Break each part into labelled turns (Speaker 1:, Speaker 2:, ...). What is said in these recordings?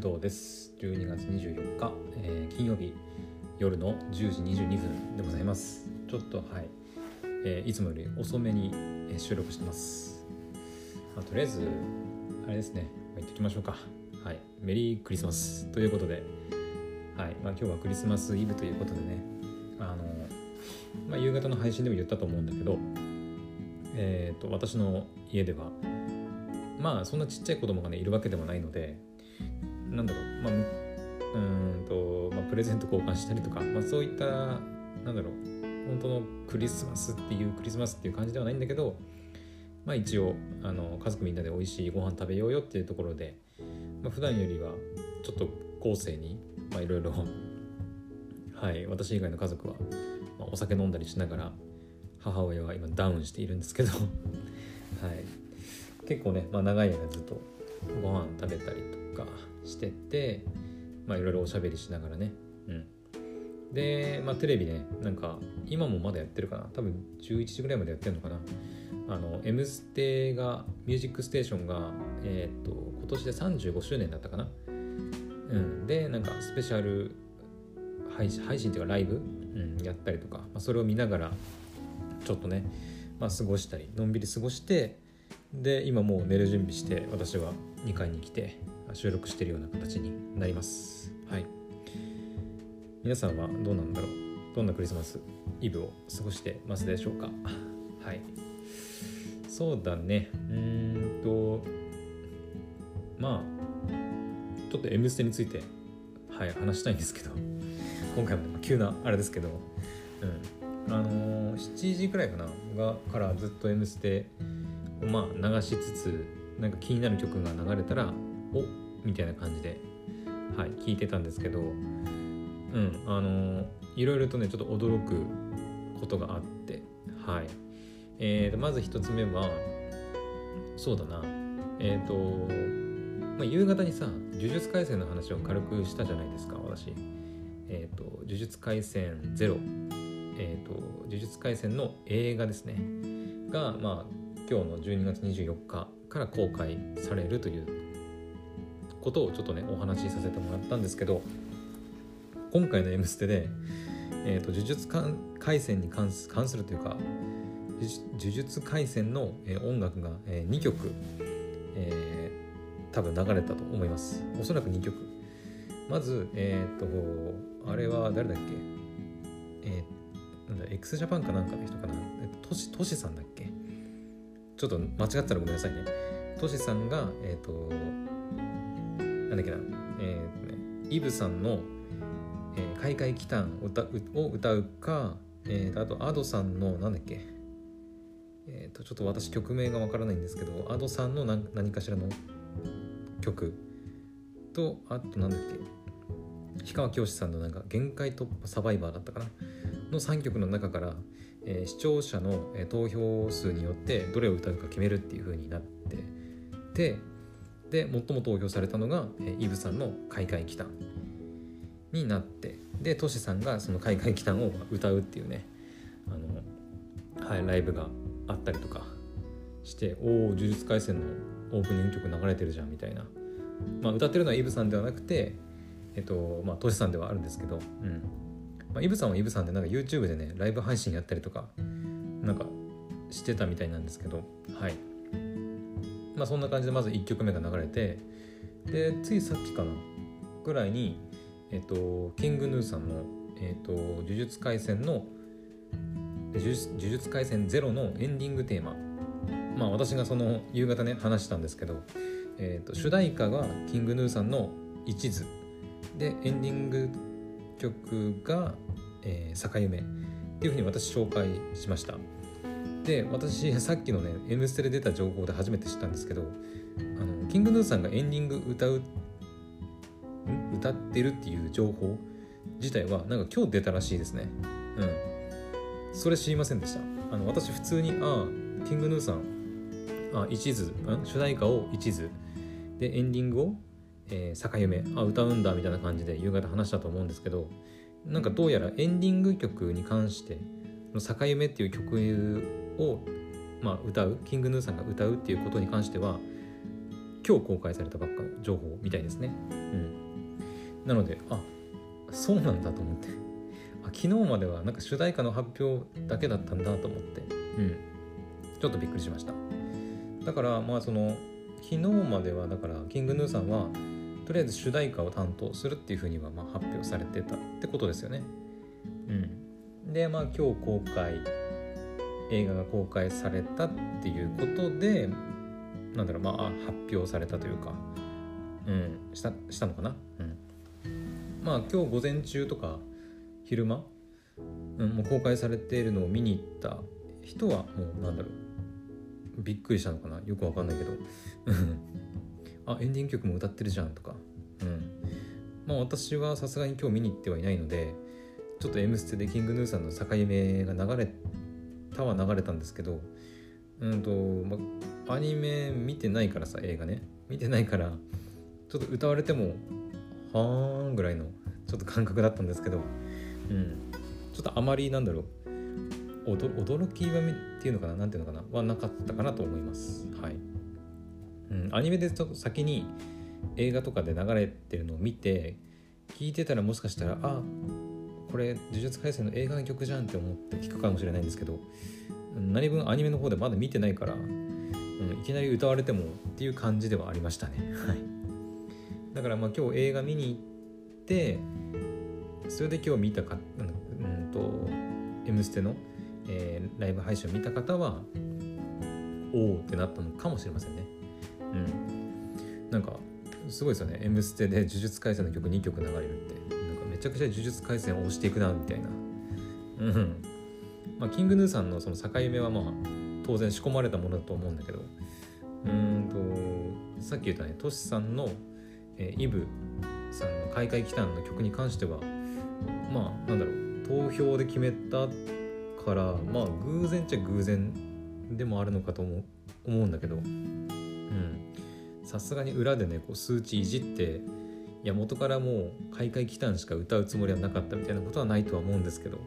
Speaker 1: 藤です。12月24日、金曜日夜の10時22分でございます。ちょっといつもより遅めに収録してます。とりあえずあれですね、言っておきましょうか。メリークリスマスということで、今日はクリスマスイブということでね、夕方の配信でも言ったと思うんだけど、私の家ではそんなちっちゃい子供がねいるわけでもないので、プレゼント交換したりとか、そういった本当のクリスマスっていう感じではないんだけど、一応家族みんなで美味しいご飯食べようよっていうところで、普段よりはちょっと後世にいろいろ私以外の家族は、お酒飲んだりしながら、母親は今ダウンしているんですけど結構ね、長い間ずっとご飯食べたりとかしてて、いろいろおしゃべりしながらね、で、テレビね、今もまだやってるかな、多分11時ぐらいまでやってるのかな。M ステが、ミュージックステーションが今年で35周年だったかな。でスペシャル配信っていうかライブ、やったりとか、それを見ながらちょっとね、過ごしたり、のんびり過ごして、で今もう寝る準備して、私は2階に来て収録しているような形になります。皆さんはどうなんだろう。どんなクリスマスイブを過ごしてますでしょうか。そうだね、ちょっと M ステについて話したいんですけど、今回も急なあれですけど、7時くらいかなからずっと M ステを流しつつ、気になる曲が流れたらおみたいな感じで聞いてたんですけど、いろいろとねちょっと驚くことがあって、まず一つ目はそうだな、夕方にさ呪術廻戦の話を軽くしたじゃないですか、私。呪術廻戦0、呪術廻戦の映画ですねが、今日の12月24日から公開されるということをちょっとねお話しさせてもらったんですけど、今回の M ステで、呪術廻戦に関するというか、呪術廻戦の音楽が2曲、多分流れたと思います。おそらく2曲。まずあれは誰だっけ、x ジャパンかなんかの人かな、トシさんだっけ、ちょっと間違ったらごめんなさいね。トシさんがなんだっけな、イブさんの開会期間を歌うか、あとアドさんのなんだっけ、ちょっと私曲名がわからないんですけど、アドさんの何かしらの曲と、あとなんだっけ、氷川きよしさんの限界突破サバイバーだったかなの3曲の中から、視聴者の投票数によってどれを歌うか決めるっていう風になってて、で最も投票されたのがイブさんの開会期間になって、でトシさんがその開会期間を歌うっていうね、ライブがあったりとかして、呪術廻戦のオープニング曲流れてるじゃんみたいな。歌ってるのはイブさんではなくてトシさんではあるんですけど、イブさんはイブさんでYouTube でねライブ配信やったりとかしてたみたいなんですけど、そんな感じでまず1曲目が流れて、でついさっきかなぐらいにキングヌーさんの呪術廻戦0のエンディングテーマ、私がその夕方ね話したんですけど、主題歌がキングヌーさんの一途で、エンディング曲が逆夢っていうふうに私紹介しました。で私さっきのね M ステで出た情報で初めて知ったんですけど、キングヌーさんがエンディング歌ってるっていう情報自体は今日出たらしいですね。それ知りませんでした。私普通にキングヌーさん一途、主題歌を一途でエンディングを、逆夢歌うんだみたいな感じで夕方話したと思うんですけど、どうやらエンディング曲に関して逆夢っていう曲を、歌うキングヌーさんが歌うっていうことに関しては今日公開されたばっかの情報みたいですね。なのでそうなんだと思って、昨日まではなんか主題歌の発表だけだったんだと思って、ちょっとびっくりしました。だから昨日まではだからキングヌーさんはとりあえず主題歌を担当するっていう風には発表されてたってことですよね。で今日映画が公開されたっていうことで発表されたというかしたのかな。今日午前中とか昼間、もう公開されているのを見に行った人はもうびっくりしたのかな、よくわかんないけどエンディング曲も歌ってるじゃんとか、私はさすがに今日見に行ってはいないので、ちょっと M ステでキングヌーさんの境目が流れたんですけど、アニメ見てないからさ、映画ね見てないから、ちょっと歌われてもはーんぐらいのちょっと感覚だったんですけど、ちょっとあまり驚きっていうのかな、なんていうのかなはなかったかなと思います。アニメでちょっと先に映画とかで流れてるのを見て聞いてたら、もしかしたらこれ呪術廻戦の映画の曲じゃんって思って聞くかもしれないんですけど、何分アニメの方でまだ見てないから、いきなり歌われてもっていう感じではありましたね。だから今日映画見に行って、それで今日見たM ステの、ライブ配信を見た方はおーってなったのかもしれませんね。なんかすごいですよね。 M ステで呪術廻戦の曲2曲流れるって、めちゃくちゃ呪術廻戦を推していくなみたいな。キングヌーさんのその境目は当然仕込まれたものだと思うんだけど、さっき言ったね、トシさんの、イブさんの開会期間の曲に関しては投票で決めたから偶然っちゃ偶然でもあるのかと思うんだけど、さすがに裏でね数値いじって、いや元からもう開会期間しか歌うつもりはなかったみたいなことはないとは思うんですけど、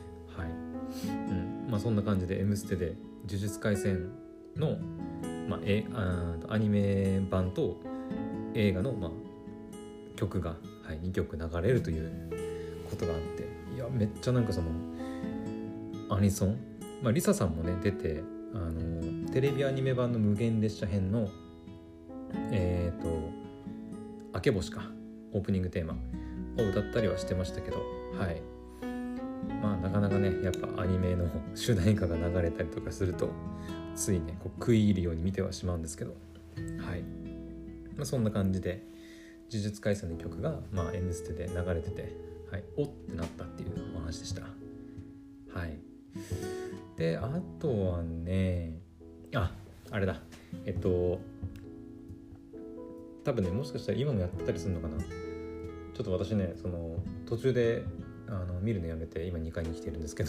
Speaker 1: そんな感じで M ステで呪術廻戦の、アニメ版と映画の、曲が、2曲流れるということがあって、いやめっちゃアニソン、リサさんもね出て、テレビアニメ版の無限列車編の明け星かオープニングテーマを歌ったりはしてましたけど、なかなかねやっぱアニメの主題歌が流れたりとかするとついね食い入るように見てはしまうんですけど、そんな感じで呪術廻戦の曲がNステで流れてて、おってなったっていうお話でした。であとはねあれだ多分ねもしかしたら今もやってたりするのかな。ちょっと私ね途中で見るのやめて今2回に来てるんですけど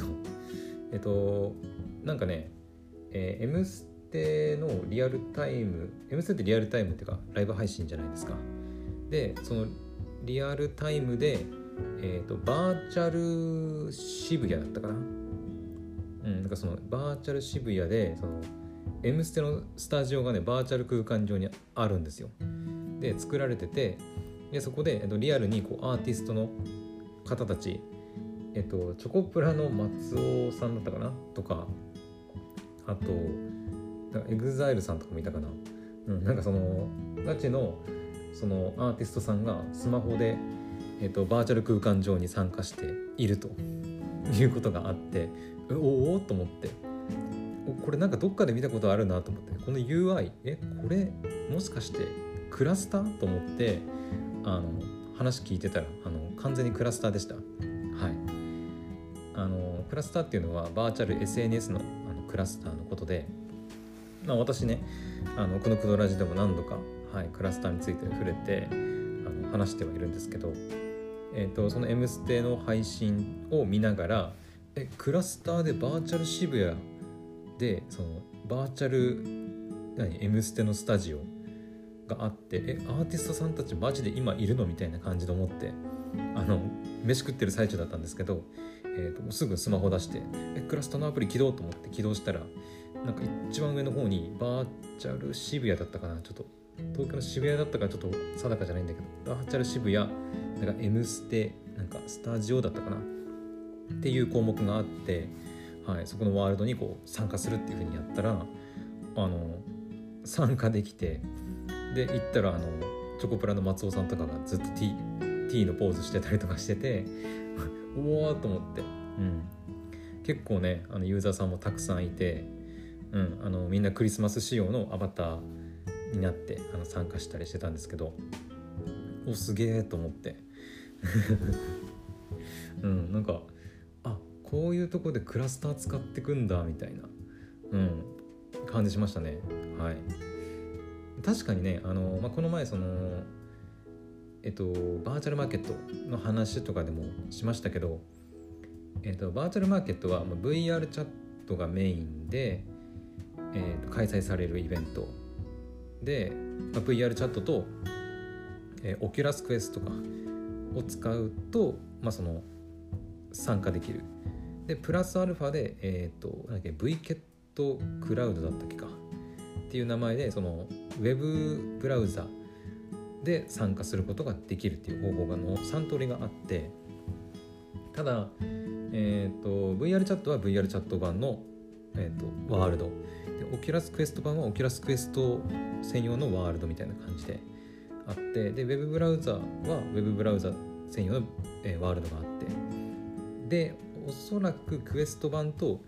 Speaker 1: M ステのリアルタイム M ステってリアルタイムっていうかライブ配信じゃないですか。でそのリアルタイムでバーチャル渋谷だったかな。そのバーチャル渋谷でM ステのスタジオがねバーチャル空間上にあるんですよ。で作られてて、でそこでリアルにアーティストの方たちチョコプラの松尾さんだったかなとか、あとEXILE さんとかもいたかな。ガチのそのアーティストさんがスマホでバーチャル空間上に参加しているということがあって、おおと思って、これどっかで見たことあるなと思って、この UI これもしかしてクラスターと思って話聞いてたら完全にクラスターでした。クラスターっていうのはバーチャル SNS のクラスターのことで、私ねこのクドラジでも何度か、クラスターについて触れて話してはいるんですけど、その M ステの配信を見ながらクラスターでバーチャル渋谷でそのバーチャルM ステのスタジオがあって、アーティストさんたちマジで今いるのみたいな感じで思って飯食ってる最中だったんですけど、すぐスマホ出してクラスターのアプリ起動と思って起動したら一番上の方にバーチャル渋谷だったかな、ちょっと東京の渋谷だったかちょっと定かじゃないんだけど、バーチャル渋谷なんか M ステなんかスタジオだったかなっていう項目があって、はい、そこのワールドにこう参加するっていう風にやったら参加できて、で行ったらチョコプラの松尾さんとかがずっと T のポーズしてたりとかしてておおと思って、結構ねユーザーさんもたくさんいて、みんなクリスマス仕様のアバターになって参加したりしてたんですけど、おすげえと思ってなんかこういうとこでクラスター使ってくんだみたいな、感じしましたね。はい。確かにねこの前そのバーチャルマーケットの話とかでもしましたけど、バーチャルマーケットは VR チャットがメインで、開催されるイベントで、VR チャットと、オキュラスクエストとかを使うと、その参加できる。でプラスアルファで、なんだっけ V ケットクラウドだったっけかっていう名前でそのウェブブラウザで参加することができるっていう方法が3通りがあって、ただ、VR チャットは VR チャット版の、ワールドで、オキュラスクエスト版はオキュラスクエスト専用のワールドみたいな感じであって、でウェブブラウザはウェブブラウザ専用の、ワールドがあって、でおそらくクエスト版と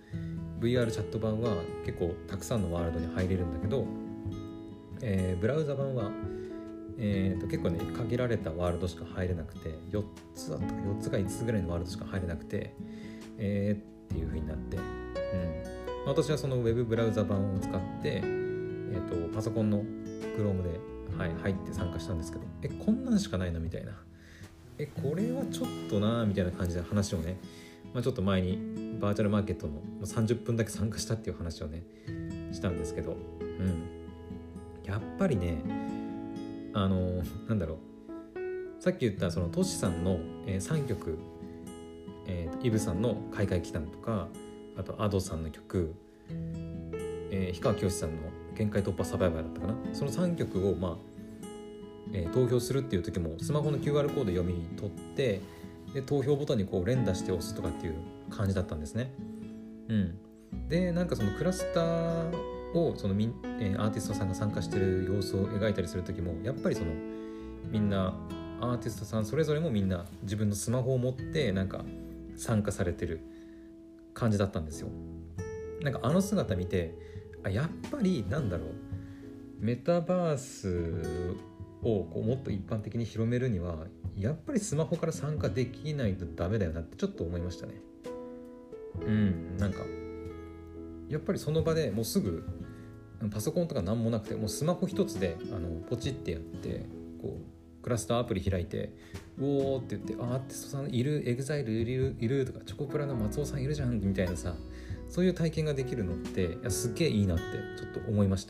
Speaker 1: VR チャット版は結構たくさんのワールドに入れるんだけど、ブラウザ版は結構ね限られたワールドしか入れなくて、4つだったか4つか5つぐらいのワールドしか入れなくてっていう風になって、私はそのウェブブラウザ版を使って、パソコンの Chrome で、入って参加したんですけど、こんなんしかないのみたいな、これはちょっとなみたいな感じで話をね、ちょっと前にバーチャルマーケットの30分だけ参加したっていう話をねしたんですけど、やっぱりねなんだろう、さっき言ったそのトシさんの、3曲、イブさんの開会期間とか、あとアドさんの曲、氷川きよしさんの限界突破サバイバーだったかな、その3曲を投票するっていう時もスマホの QR コード読み取って、で投票ボタンにこう連打して押すとかっていう感じだったんですね。でなんかそのクラスターをそのアーティストさんが参加してる様子を描いたりする時も、やっぱりそのみんなアーティストさんそれぞれもみんな自分のスマホを持ってなんか参加されてる感じだったんですよ。なんか姿見てやっぱりなんだろう、メタバースをこうもっと一般的に広めるにはやっぱりスマホから参加できないとダメだよなってちょっと思いましたね。なんかやっぱりその場でもうすぐパソコンとかなんもなくて、もうスマホ一つでポチってやってこうクラスターアプリ開いてうおーって言って、アーティストさんいる、エグザイルいるとか、チョコプラの松尾さんいるじゃんみたいなさ、そういう体験ができるのってすっげえいいなってちょっと思いました。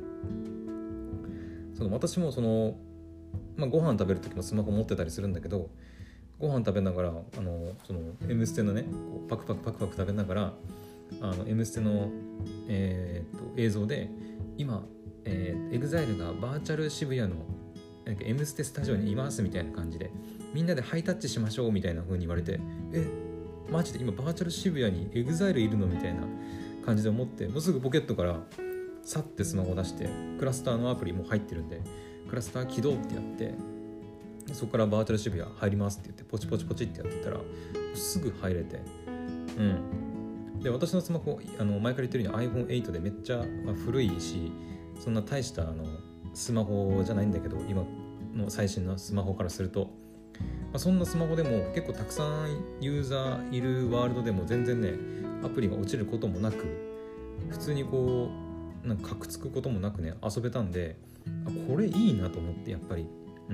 Speaker 1: その私もその、ご飯食べる時もスマホ持ってたりするんだけど、ご飯食べながらその M ステのねこうパクパク食べながらM ステの、映像で今、EXILE がバーチャル渋谷のM ステスタジオにいますみたいな感じで、みんなでハイタッチしましょうみたいな風に言われて、マジで今バーチャル渋谷に EXILE いるのみたいな感じで思って、もうすぐポケットからさってスマホ出してクラスターのアプリも入ってるんでクラスター起動ってやって、そこからバーチャル渋谷入りますって言ってポチポチポチってやってたらすぐ入れて、で私のスマホ前から言ってるように iPhone8 でめっちゃ古いし、そんな大したスマホじゃないんだけど、今の最新のスマホからすると、そんなスマホでも結構たくさんユーザーいるワールドでも全然ねアプリが落ちることもなく、普通にこうなんかカクつくこともなくね遊べたんで、これいいなと思って、やっぱり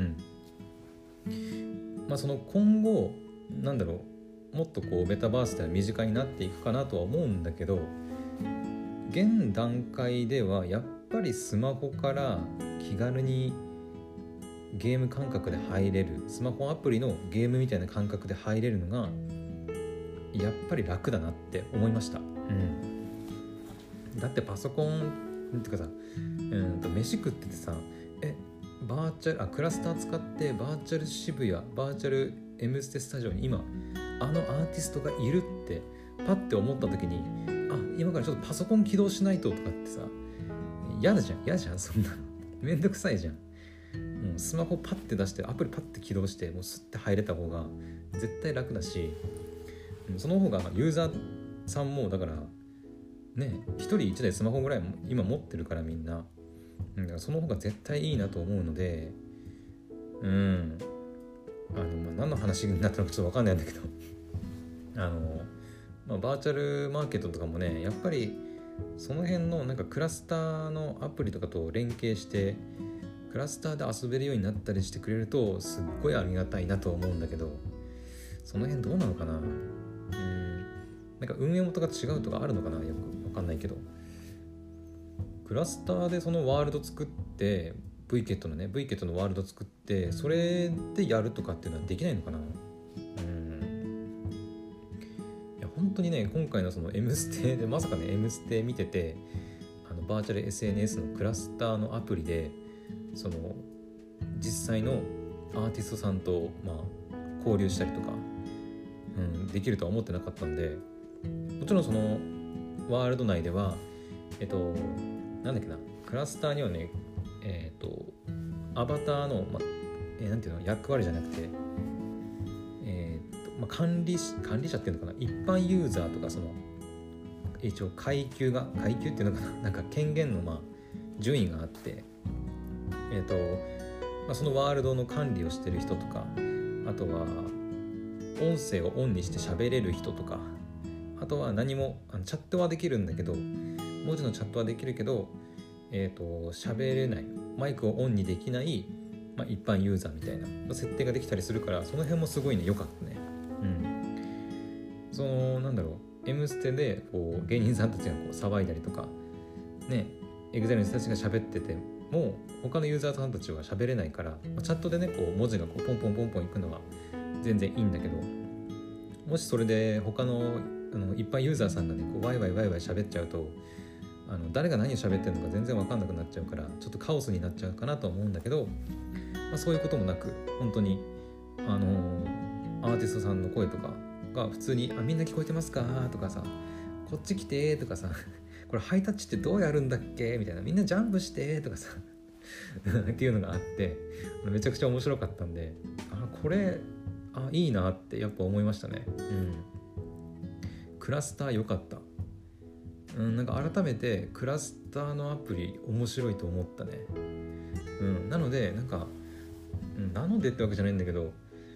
Speaker 1: その今後なんだろう、もっとこうメタバースでは身近になっていくかなとは思うんだけど、現段階ではやっぱりスマホから気軽にゲーム感覚で入れる、スマホアプリのゲームみたいな感覚で入れるのがやっぱり楽だなって思いました。だってパソコンってかさ、飯食っててさクラスター使ってバーチャル渋谷バーチャル M ステスタジオに今アーティストがいるってパッて思った時に、今からちょっとパソコン起動しないととかってさ、嫌じゃんそんなのめんどくさいじゃん。もうスマホパッて出してアプリパッて起動してもうスッて入れた方が絶対楽だし、その方がユーザーさんもだからね、一人一台スマホぐらい今持ってるからみんな、だからその方が絶対いいなと思うので、何の話になったのかちょっと分かんないんだけどバーチャルマーケットとかもね、やっぱりその辺のなんかクラスターのアプリとかと連携してクラスターで遊べるようになったりしてくれるとすっごいありがたいなと思うんだけど、その辺どうなのかな。なんか運営元が違うとかあるのかな、よくわかんないけど、クラスターでそのワールド作って VKET のワールド作ってそれでやるとかっていうのはできないのかな。本当にね、今回のその M ステでまさかね M ステ見ててバーチャル SNS のクラスターのアプリでその実際のアーティストさんと交流したりとか、できるとは思ってなかったんで、もちろんそのワールド内ではなんだっけな、クラスターにはねアバターの、なんていうの、役割じゃなくて管理者っていうのかな、一般ユーザーとかその一応階級っていうのかな、なんか権限の順位があって、そのワールドの管理をしてる人とか、あとは音声をオンにして喋れる人とか、あとは何もチャットはできるんだけど、文字のチャットはできるけど喋れない、マイクをオンにできない、一般ユーザーみたいな設定ができたりするから、その辺もすごいね良かったね。そのなんだろう、 M ステでこう芸人さんたちがこう騒いだりとかね、EXILE の人たちが喋ってても他のユーザーさんたちは喋れないから、チャットでねこう文字がこうポンポンポンポンいくのは全然いいんだけど、もしそれで他の一般ユーザーさんがねこうワイワイ喋っちゃうと誰が何を喋ってるのか全然分かんなくなっちゃうから、ちょっとカオスになっちゃうかなと思うんだけど、そういうこともなく本当にアーティストさんの声とかが普通にみんな聞こえてますかとかさ、こっち来てとかさ、これハイタッチってどうやるんだっけみたいな、みんなジャンプしてとかさっていうのがあってめちゃくちゃ面白かったんで、これいいなってやっぱ思いましたね。クラスター良かった。なんか改めてクラスターのアプリ面白いと思ったね。なのでなんか、なのでってわけじゃないんだけど、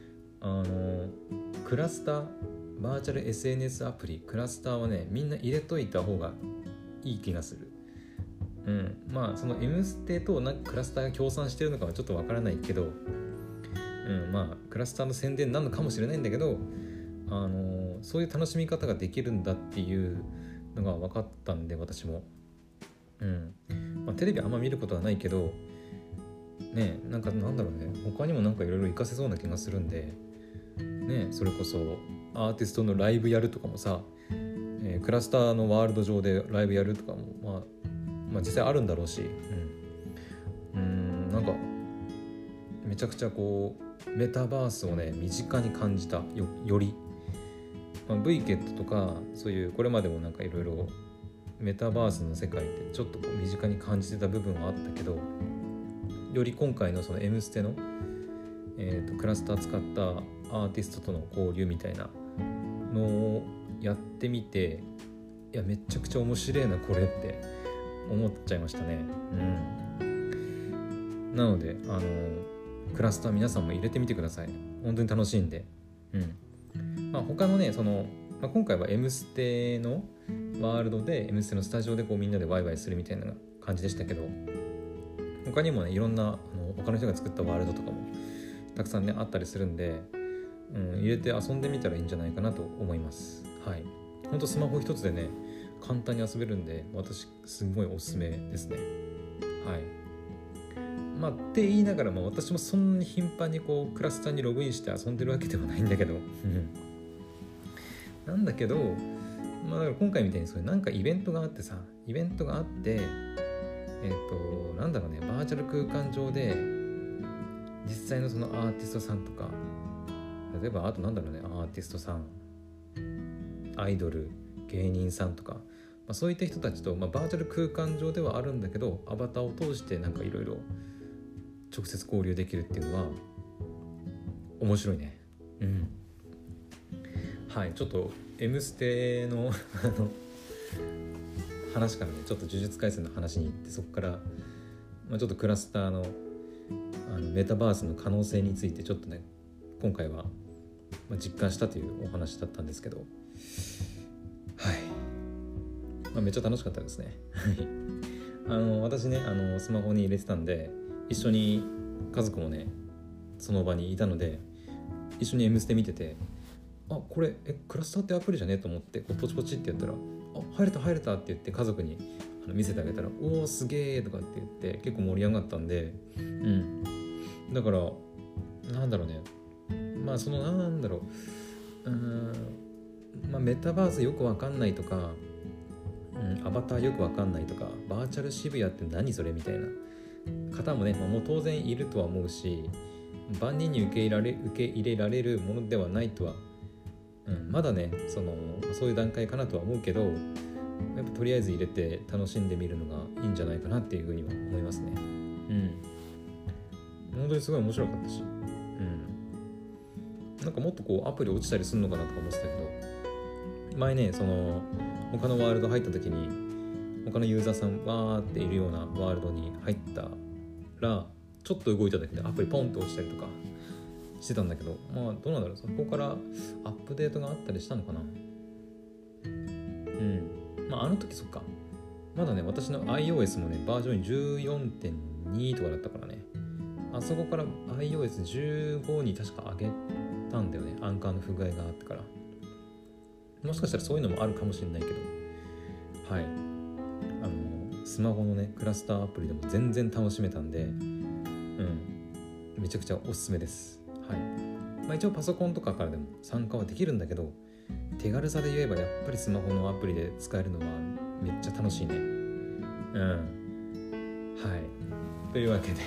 Speaker 1: クラスターバーチャル SNS アプリクラスターはねみんな入れといた方がいい気がする。その M ステとなんかクラスターが協賛してるのかはちょっとわからないけど、クラスターの宣伝なのかもしれないんだけど、そういう楽しみ方ができるんだっていうのが分かったんで、私もテレビあんま見ることはないけどね、なんだろうね、他にもなんかいろいろ活かせそうな気がするんでね、それこそアーティストのライブやるとかもさ、クラスターのワールド上でライブやるとかも実際あるんだろうし、なんかめちゃくちゃこうメタバースをね身近に感じたより、VKET とかそういうこれまでもなんかいろいろメタバースの世界ってちょっとこう身近に感じてた部分はあったけど、より今回のその M ステの、クラスター使ったアーティストとの交流みたいなのをやってみて、いやめちゃくちゃ面白いなこれって思っちゃいましたね。なのでクラスター皆さんも入れてみてください。本当に楽しいんで。他のね今回は M ステのワールドで M ステのスタジオでこうみんなでワイワイするみたいな感じでしたけど、他にもねいろんな他の人が作ったワールドとかもたくさんねあったりするんで、入れて遊んでみたらいいんじゃないかなと思います。ほんとスマホ一つでね簡単に遊べるんで、私すごいおすすめですね。って言いながらも私もそんなに頻繁にこうクラスターにログインして遊んでるわけではないんだけどなんだけど、だから今回みたいにそういうなんかイベントがあってなんだろうね、バーチャル空間上で実際のそのアーティストさんとか、例えばあとなんだろうね、アーティストさん、アイドル、芸人さんとか、そういった人たちと、バーチャル空間上ではあるんだけど、アバターを通してなんかいろいろ直接交流できるっていうのは面白いね。はい、ちょっと M ステの話からね、ちょっと呪術廻戦の話に行って、そこから、ちょっとクラスターのメタバースの可能性についてちょっとね、今回は実感したというお話だったんですけど、はい、めっちゃ楽しかったですね。私ね、スマホに入れてたんで、一緒に家族もねその場にいたので、一緒に M ステ見てて、これクラスターってアプリじゃねえと思って、こうポチポチってやったら、入れたって言って家族に見せてあげたら、おーすげえとかって言って結構盛り上がったんで、だからなんだろうね、そのなんだろう、メタバースよくわかんないとか、アバターよくわかんないとか、バーチャル渋谷って何それみたいな方もね、もう当然いるとは思うし、万人に受け入れられるものではないとは、まだねそういう段階かなとは思うけど、やっぱとりあえず入れて楽しんでみるのがいいんじゃないかなっていうふうには思いますね。本当にすごい面白かったし、なんかもっとこうアプリ落ちたりするのかなとか思ってたけど、前ね他のワールド入った時に他のユーザーさんわーっているようなワールドに入ったら、ちょっと動いただけでアプリポンと落ちたりとかしてたんだけど、どうなんだろう、そこからアップデートがあったりしたのかな。あの時そっか、まだね私の iOS もねバージョン 14.2 とかだったからね、あそこから iOS15 に確か上げたんだよね、アンカーの不具合があってから。もしかしたらそういうのもあるかもしれないけど、はい、スマホのねクラスターアプリでも全然楽しめたんで、めちゃくちゃおすすめです。はい、一応パソコンとかからでも参加はできるんだけど、手軽さで言えばやっぱりスマホのアプリで使えるのはめっちゃ楽しいね。はい、というわけで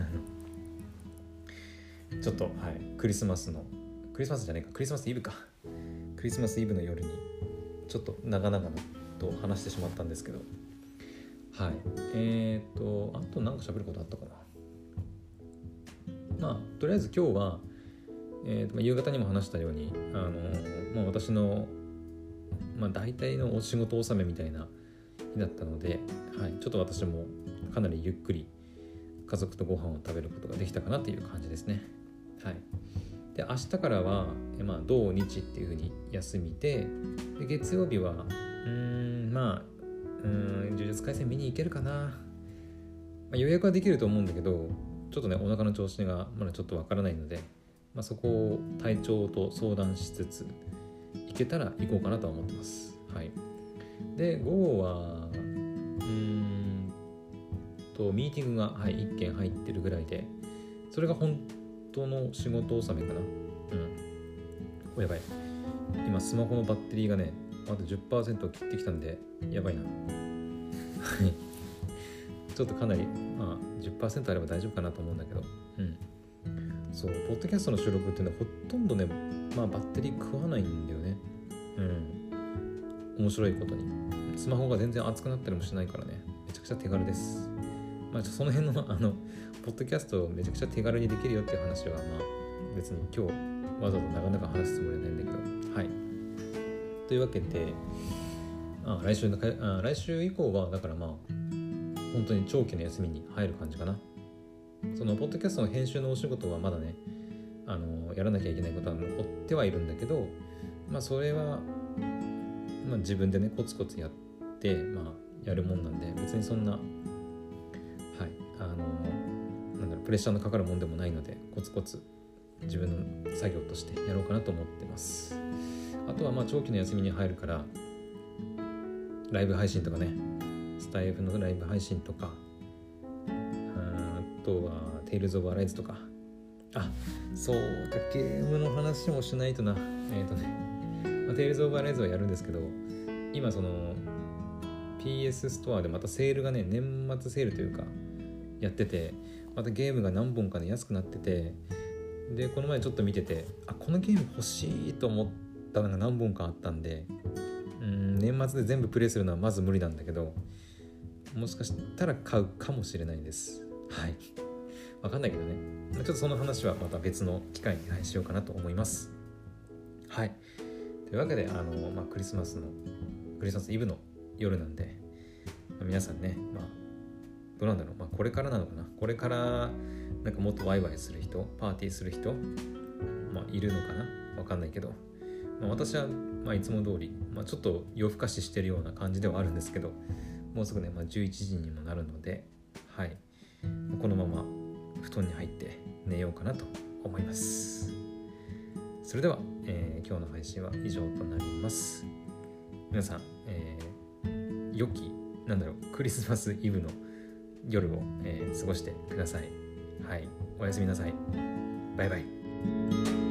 Speaker 1: ちょっと、クリスマスイブか、クリスマスイブの夜にちょっと長々と話してしまったんですけど、あと何か喋ることあったかな。とりあえず今日は、夕方にも話したように、私の、大体のお仕事納めみたいな日だったので、ちょっと私もかなりゆっくり家族とご飯を食べることができたかなという感じですね。で明日からは、土日っていう風に休みで、月曜日は呪術廻戦見に行けるかな。予約はできると思うんだけど、ちょっとねお腹の調子がまだちょっとわからないので、そこを体調と相談しつつ行けたら行こうかなとは思ってます。で午後はミーティングが、1件入ってるぐらいで、それが本当の仕事納めかな。やばい、今スマホのバッテリーがねまだ 10% を切ってきたんでやばいな。ちょっとかなり10% あれば大丈夫かなと思うんだけど、そうポッドキャストの収録っていうのはほとんどねバッテリー食わないんだよね。面白いことにスマホが全然熱くなったりもしないからね、めちゃくちゃ手軽です。その辺のポッドキャストをめちゃくちゃ手軽にできるよっていう話は別に今日わざわざ長々話すつもりはないんだけど、というわけで来週以降はだから本当に長期の休みに入る感じかな。そのポッドキャストの編集のお仕事はまだねやらなきゃいけないことは残ってはいるんだけど、それは、自分でねコツコツやって、やるもんなんで、別にそんなプレッシャーのかかるもんでもないので、コツコツ自分の作業としてやろうかなと思ってます。あとは長期の休みに入るからライブ配信とかね、スタイフのライブ配信とか、あとはテイルズ・オブ・アライズとか、そうか、ゲームの話もしないとな。テイルズ・オブ・アライズはやるんですけど、今その PS ストアでまたセールがね、年末セールというかやってて、またゲームが何本かね安くなってて、でこの前ちょっと見てて、このゲーム欲しいと思ったのが何本かあったんで、年末で全部プレイするのはまず無理なんだけど、もしかしたら買うかもしれないです。はい、わかんないけどね、ちょっとその話はまた別の機会にしようかなと思います。はい、というわけでクリスマスイブの夜なんで、皆さんね、どうなんだろう、これからなのかな、これからなんかもっとワイワイする人、パーティーする人、いるのかな、わかんないけど、私はいつも通り、ちょっと夜更かししてるような感じではあるんですけど、もうすぐね、11時にもなるので、はい、このまま布団に入って寝ようかなと思います。それでは、今日の配信は以上となります。皆さん、良きクリスマスイブの夜を、過ごしてください。はい、おやすみなさい。バイバイ。